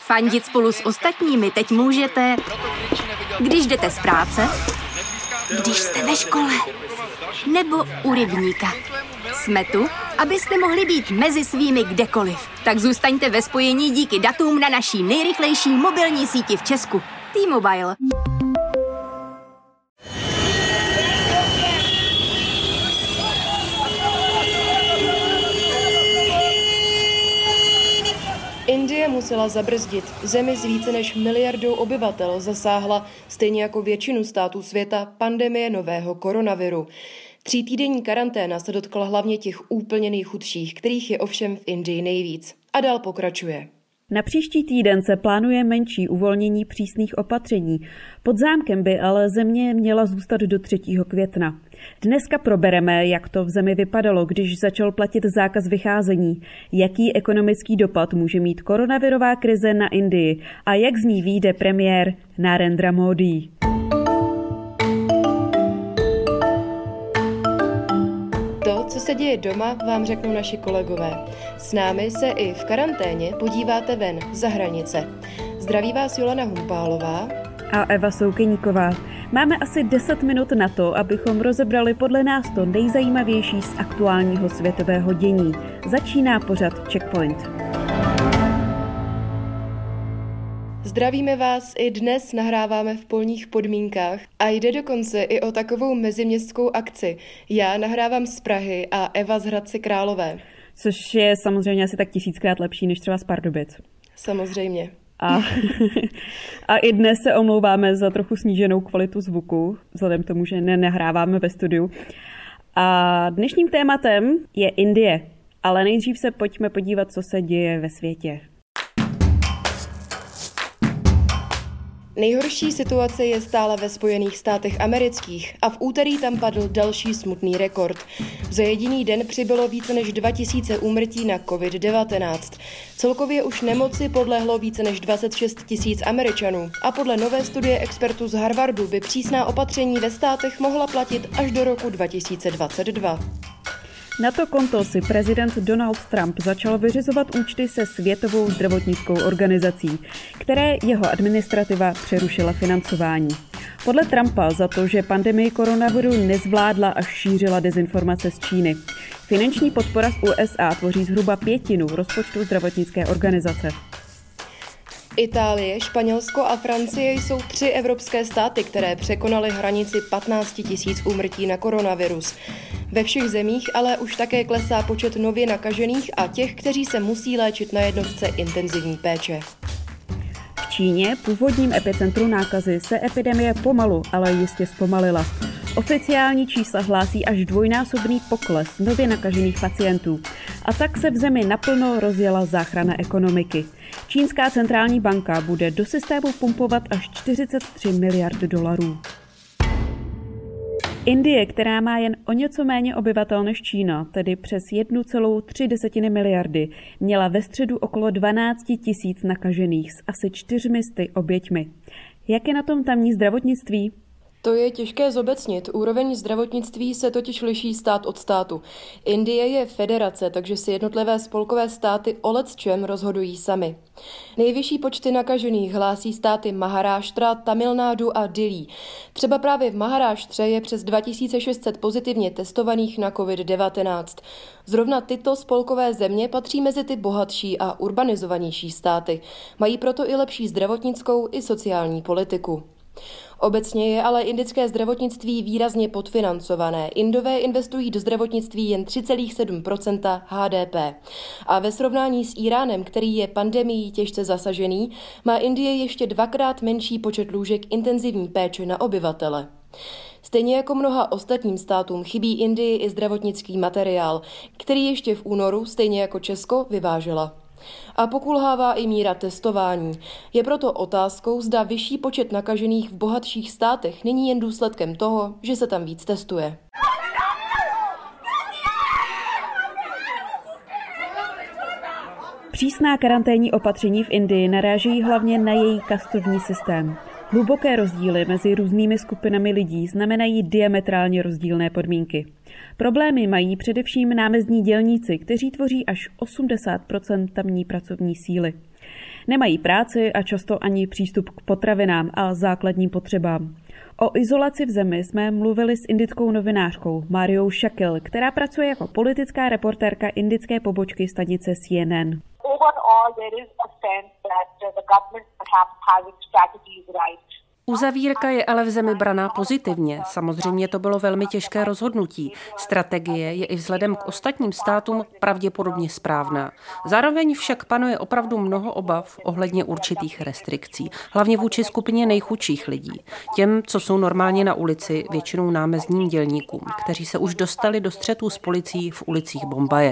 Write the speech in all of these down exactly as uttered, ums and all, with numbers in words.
Fandit spolu s ostatními teď můžete, když jdete z práce, když jste ve škole, nebo u rybníka. Jsme tu, abyste mohli být mezi svými kdekoliv. Tak zůstaňte ve spojení díky datům na naší nejrychlejší mobilní síti v Česku. T-Mobile. Indie musela zabrzdit. Zemi s více než miliardou obyvatel zasáhla, stejně jako většinu států světa, pandemie nového koronaviru. Třítýdenní karanténa se dotkla hlavně těch úplně nejchudších, kterých je ovšem v Indii nejvíc. A dál pokračuje. Na příští týden se plánuje menší uvolnění přísných opatření. Pod zámkem by ale země měla zůstat do třetího května. Dneska probereme, jak to v zemi vypadalo, když začal platit zákaz vycházení, jaký ekonomický dopad může mít koronavirová krize na Indii a jak z ní vyjde premiér Narendra Modi. To, co se děje doma, vám řeknou naši kolegové. S námi se i v karanténě podíváte ven, za hranice. Zdraví vás Jolana Humpálová a Eva Soukeníková. Máme asi deset minut na to, abychom rozebrali podle nás to nejzajímavější z aktuálního světového dění. Začíná pořad Checkpoint. Zdravíme vás, i dnes nahráváme v polních podmínkách a jde dokonce i o takovou meziměstskou akci. Já nahrávám z Prahy a Eva z Hradce Králové. Což je samozřejmě asi tak tisíckrát lepší než třeba z Pardubic. Samozřejmě. A, a i dnes se omlouváme za trochu sníženou kvalitu zvuku, vzhledem k tomu, že nenahráváme ve studiu. A dnešním tématem je Indie, ale nejdřív se pojďme podívat, co se děje ve světě. Nejhorší situace je stále ve Spojených státech amerických a v úterý tam padl další smutný rekord. Za jediný den přibylo více než dva tisíce úmrtí na covid devatenáct. Celkově už nemoci podlehlo více než dvacet šest tisíc Američanů a podle nové studie expertů z Harvardu by přísná opatření ve státech mohla platit až do roku dva tisíce dvacet dva. Na to konto si prezident Donald Trump začal vyřizovat účty se Světovou zdravotnickou organizací, které jeho administrativa přerušila financování. Podle Trumpa za to, že pandemii koronaviru nezvládla a šířila dezinformace z Číny. Finanční podpora z U S A tvoří zhruba pětinu rozpočtu zdravotnické organizace. Itálie, Španělsko a Francie jsou tři evropské státy, které překonaly hranici patnáct tisíc úmrtí na koronavirus. Ve všech zemích ale už také klesá počet nově nakažených a těch, kteří se musí léčit na jednotce intenzivní péče. V Číně, původním epicentru nákazy, se epidemie pomalu, ale jistě zpomalila. Oficiální čísla hlásí až dvojnásobný pokles nově nakažených pacientů. A tak se v zemi naplno rozjela záchrana ekonomiky. Čínská centrální banka bude do systému pumpovat až čtyřicet tři miliard dolarů. Indie, která má jen o něco méně obyvatel než Čína, tedy přes jedna celá tři miliardy, měla ve středu okolo dvanáct tisíc nakažených s asi čtyřmi sty oběťmi. Jak je na tom tamní zdravotnictví? To je těžké zobecnit. Úroveň zdravotnictví se totiž liší stát od státu. Indie je federace, takže si jednotlivé spolkové státy o lecčem rozhodují sami. Nejvyšší počty nakažených hlásí státy Maharáštra, Tamil Nádu a Dillí. Třeba právě v Maharáštře je přes dva tisíce šest set pozitivně testovaných na covid devatenáct. Zrovna tyto spolkové země patří mezi ty bohatší a urbanizovanější státy. Mají proto i lepší zdravotnickou i sociální politiku. Obecně je ale indické zdravotnictví výrazně podfinancované. Indové investují do zdravotnictví jen tři celá sedm procenta H D P. A ve srovnání s Íránem, který je pandemií těžce zasažený, má Indie ještě dvakrát menší počet lůžek intenzivní péče na obyvatele. Stejně jako mnoha ostatním státům chybí Indii i zdravotnický materiál, který ještě v únoru, stejně jako Česko, vyvážela. A pokulhává i míra testování. Je proto otázkou, zda vyšší počet nakažených v bohatších státech není jen důsledkem toho, že se tam víc testuje. Přísná karanténní opatření v Indii narážejí hlavně na její kastovní systém. Hluboké rozdíly mezi různými skupinami lidí znamenají diametrálně rozdílné podmínky. Problémy mají především námezdní dělníci, kteří tvoří až osmdesát procent tamní pracovní síly. Nemají práci a často ani přístup k potravinám a základním potřebám. O izolaci v zemi jsme mluvili s indickou novinářkou Mariou Shakil, která pracuje jako politická reportérka indické pobočky stanice C N N. Uzavírka je ale v zemi braná pozitivně. Samozřejmě to bylo velmi těžké rozhodnutí. Strategie je i vzhledem k ostatním státům pravděpodobně správná. Zároveň však panuje opravdu mnoho obav ohledně určitých restrikcí, hlavně vůči skupině nejchudších lidí. Těm, co jsou normálně na ulici, většinou námezdním dělníkům, kteří se už dostali do střetů s policií v ulicích Bombaje.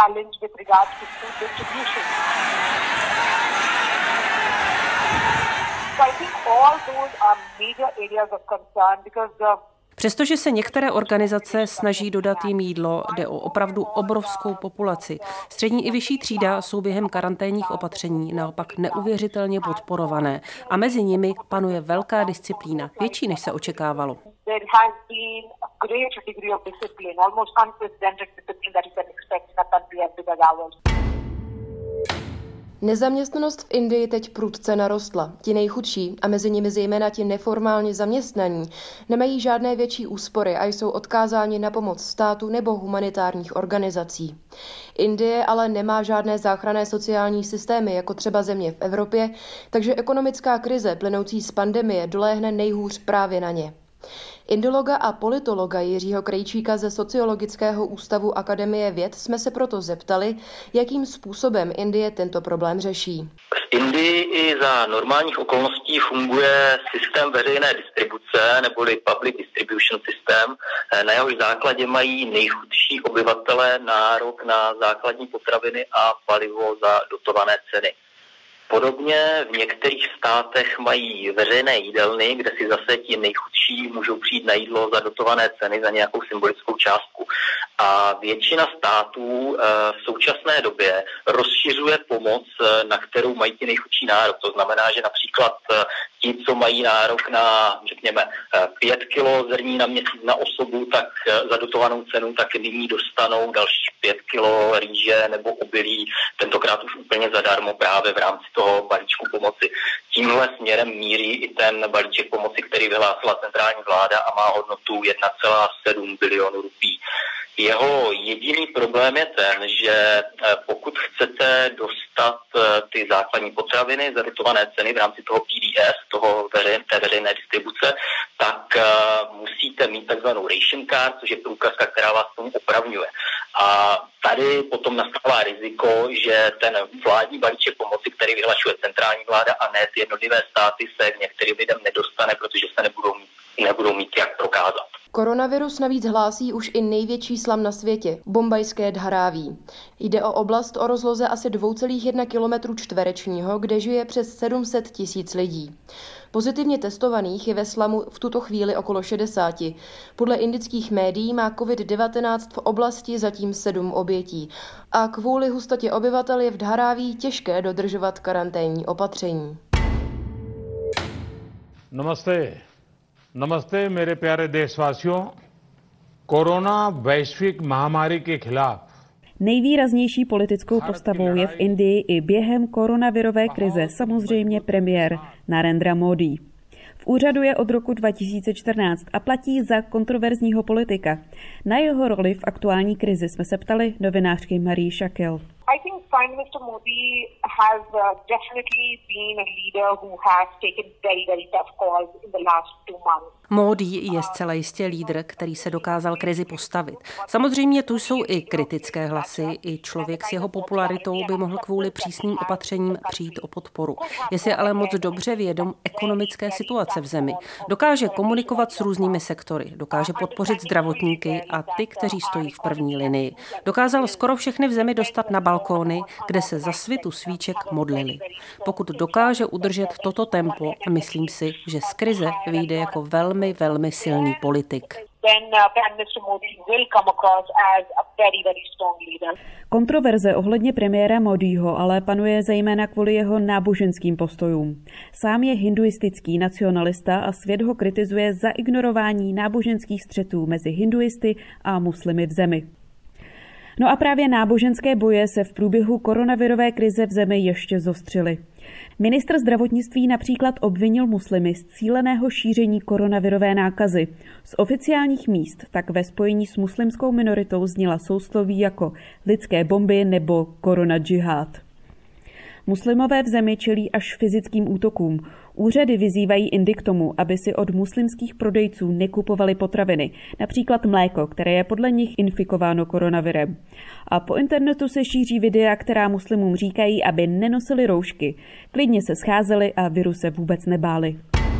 Přestože se některé organizace snaží dodat jim jídlo, jde o opravdu obrovskou populaci. Střední i vyšší třída jsou během karanténních opatření naopak neuvěřitelně podporované a mezi nimi panuje velká disciplína, větší než se očekávalo. Nezaměstnanost v Indii teď prudce narostla. Ti nejchudší, a mezi nimi zejména ti neformálně zaměstnaní, nemají žádné větší úspory a jsou odkázáni na pomoc státu nebo humanitárních organizací. Indie ale nemá žádné záchranné sociální systémy, jako třeba země v Evropě, takže ekonomická krize plynoucí z pandemie doléhne nejhůř právě na ně. Indologa a politologa Jiřího Krejčíka ze Sociologického ústavu Akademie věd jsme se proto zeptali, jakým způsobem Indie tento problém řeší. V Indii i za normálních okolností funguje systém veřejné distribuce neboli public distribution systém, na jehož základě mají nejchudší obyvatelé nárok na základní potraviny a palivo za dotované ceny. Podobně v některých státech mají veřejné jídelny, kde si zase ti nejchudší můžou přijít na jídlo za dotované ceny za nějakou symbolickou částku. A většina států v současné době rozšiřuje pomoc, na kterou mají ti nejchudší nárok. To znamená, že například ti, co mají nárok na, řekněme, pět kilo zrní na měsíc na osobu, tak za dotovanou cenu tak nyní dostanou dalších pět kilo rýže nebo obilí, tentokrát už úplně zadarmo právě v rámci toho balíčku pomoci. Tímhle směrem míří i ten balíček pomoci, který vyhlásila centrální vláda a má hodnotu jedna celá sedm bilionu rupí. Jeho jediný problém je ten, že pokud chcete dostat ty základní potraviny za dotované ceny v rámci toho P D S, toho veřejn, té veřejné distribuce, tak musíte mít takzvanou ration card, což je průkazka, která vás tomu opravňuje. A tady potom nastává riziko, že ten vládní balíček pomoci, který vyhlašuje centrální vláda a ne ty jednotlivé státy, se k některým lidem nedostane, protože se nebudou mít, nebudou mít jak prokázat. Koronavirus navíc hlásí už i největší slam na světě, bombajské Dharaví. Jde o oblast o rozloze asi dva celá jedna kilometru čtverečního, kde žije přes sedm set tisíc lidí. Pozitivně testovaných je ve slamu v tuto chvíli okolo šedesát. Podle indických médií má covid devatenáct v oblasti zatím sedm obětí a kvůli hustotě obyvatel je v Dharaví těžké dodržovat karanténní opatření. Namaste. नमस्ते मेरे प्यारे देशवासियों कोरोना वैश्विक महामारी के खिलाफ Nejvýraznější politickou postavou je v Indii i během koronavirové krize samozřejmě premiér Narendra Modi. V úřadu je od roku dva tisíce čtrnáct a platí za kontroverzního politika. Na jeho roli v aktuální krizi jsme se ptali novinářky Marie Shakil. I think Prime Minister Modi has uh, definitely been a leader who has taken very, very tough calls in the last two months. Modi je zcela jistě lídr, který se dokázal krizi postavit. Samozřejmě tu jsou i kritické hlasy, i člověk s jeho popularitou by mohl kvůli přísným opatřením přijít o podporu. Je si ale moc dobře vědom ekonomické situace v zemi. Dokáže komunikovat s různými sektory, dokáže podpořit zdravotníky a ty, kteří stojí v první linii. Dokázal skoro všechny v zemi dostat na balkóny, kde se za svitu svíček modlili. Pokud dokáže udržet toto tempo, myslím si, že z krize vyjde jako velmi, velmi silný politik. Kontroverze ohledně premiéra Modiho ale panuje zejména kvůli jeho náboženským postojům. Sám je hinduistický nacionalista a svět ho kritizuje za ignorování náboženských střetů mezi hinduisty a muslimy v zemi. No a právě náboženské boje se v průběhu koronavirové krize v zemi ještě zostřily. Ministr zdravotnictví například obvinil muslimy z cíleného šíření koronavirové nákazy. Z oficiálních míst tak ve spojení s muslimskou minoritou zněla sousloví jako lidské bomby nebo korona džihad. Muslimové v zemi čelí až fyzickým útokům. Úřady vyzývají Indy k tomu, aby si od muslimských prodejců nekupovali potraviny, například mléko, které je podle nich infikováno koronavirem. A po internetu se šíří videa, která muslimům říkají, aby nenosili roušky. Klidně se scházeli a viru se vůbec nebáli.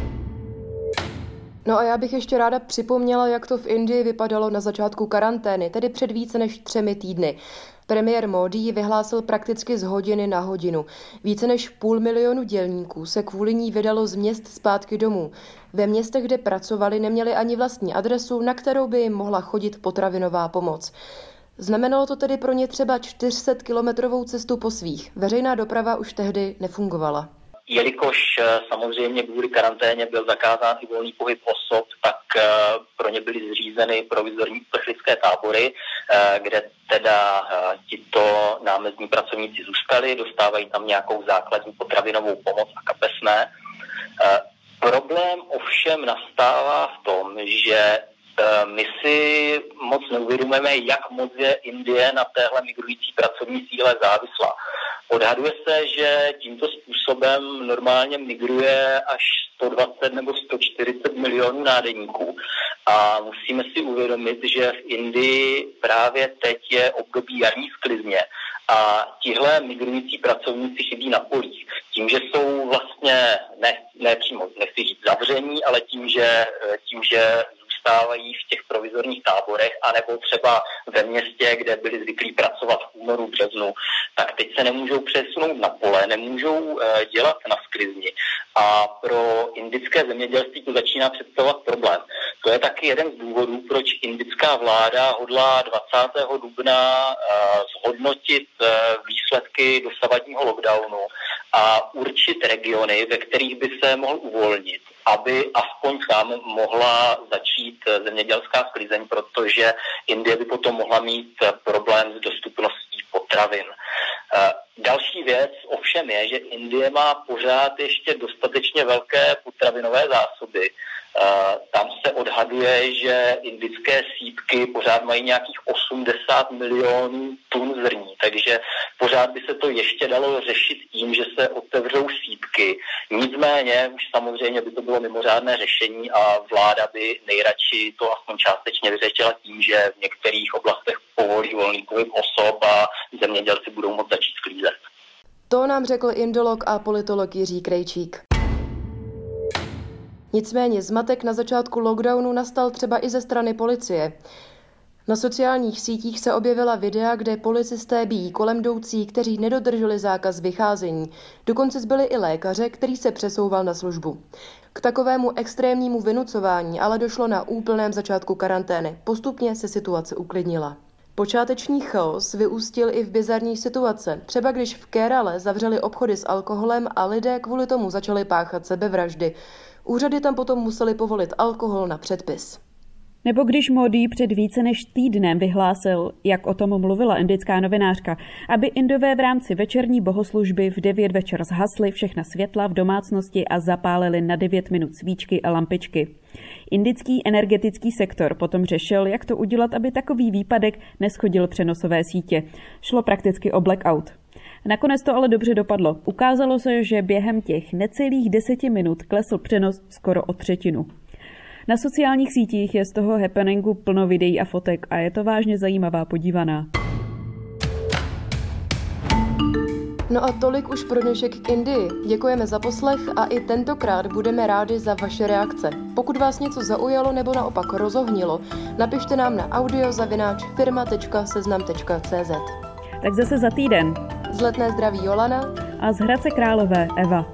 No a já bych ještě ráda připomněla, jak to v Indii vypadalo na začátku karantény, tedy před více než třemi týdny. Premiér Módí ji vyhlásil prakticky z hodiny na hodinu. Více než půl milionu dělníků se kvůli ní vydalo z měst zpátky domů. Ve městech, kde pracovali, neměli ani vlastní adresu, na kterou by jim mohla chodit potravinová pomoc. Znamenalo to tedy pro ně třeba čtyřsetkilometrovou cestu po svých. Veřejná doprava už tehdy nefungovala. Jelikož samozřejmě kvůli karanténě byl zakázán i volný pohyb osob, tak pro ně byly zřízeny provizorní uprchlické tábory, kde teda tito námezdní pracovníci zůstali, dostávají tam nějakou základní potravinovou pomoc a kapesné. Problém ovšem nastává v tom, že my si moc neuvědomujeme, jak moc je Indie na téhle migrující pracovní síle závislá. Odhaduje se, že tímto způsobem normálně migruje až sto dvacet nebo sto čtyřicet milionů nádeníků a musíme si uvědomit, že v Indii právě teď je období jarní sklizně a tihle migrující pracovníci chybí na polích. Tím, že jsou vlastně, ne, ne přímo, nechci říct zavření, ale tím, že, tím, že stávají v těch provizorních táborech, anebo třeba ve městě, kde byli zvyklí pracovat v únoru, březnu, tak teď se nemůžou přesunout na pole, nemůžou uh, dělat na sklizni. A pro indické zemědělství to začíná představovat problém. To je taky jeden z důvodů, proč indická vláda hodlá dvacátého dubna uh, zhodnotit uh, výsledky dosavadního lockdownu a určit regiony, ve kterých by se mohl uvolnit, aby aspoň tam mohla začít zemědělská sklizeň, protože Indie by potom mohla mít problém s dostupností potravin. Další věc ovšem je, že Indie má pořád ještě dostatečně velké potravinové zásoby. Tam se odhaduje, že indické sýpky pořád mají nějakých osmdesát milionů tun zrní, takže pořád by se to ještě dalo řešit tím, že se otevřou sýpky. Nicméně už samozřejmě by to bylo mimořádné řešení a vláda by nejradši to aspoň částečně vyřešila tím, že v některých oblastech povolí volný pohyb osob a zemědělci budou moct začít sklízet. To nám řekl indolog a politolog Jiří Krejčík. Nicméně zmatek na začátku lockdownu nastal třeba i ze strany policie. Na sociálních sítích se objevila videa, kde policisté bijí kolem jdoucí, kteří nedodrželi zákaz vycházení. Dokonce zbyli i lékaře, který se přesouval na službu. K takovému extrémnímu vynucování ale došlo na úplném začátku karantény. Postupně se situace uklidnila. Počáteční chaos vyústil i v bizarní situace, třeba když v Kerale zavřeli obchody s alkoholem a lidé kvůli tomu začali páchat sebevraždy. Úřady tam potom museli povolit alkohol na předpis. Nebo když Módí před více než týdnem vyhlásil, jak o tom mluvila indická novinářka, aby Indové v rámci večerní bohoslužby v devět večer zhasli všechna světla v domácnosti a zapálili na devět minut svíčky a lampičky. Indický energetický sektor potom řešil, jak to udělat, aby takový výpadek neschodil přenosové sítě. Šlo prakticky o blackout. Nakonec to ale dobře dopadlo. Ukázalo se, že během těch necelých deseti minut klesl přenos skoro o třetinu. Na sociálních sítích je z toho happeningu plno videí a fotek a je to vážně zajímavá podívaná. No a tolik už pro dnešek k Indii. Děkujeme za poslech a i tentokrát budeme rádi za vaše reakce. Pokud vás něco zaujalo nebo naopak rozohnilo, napište nám na audio zavináč firma tečka seznam tečka cé zet. Tak zase za týden. Z Letné zdraví Jolana a z Hradce Králové Eva.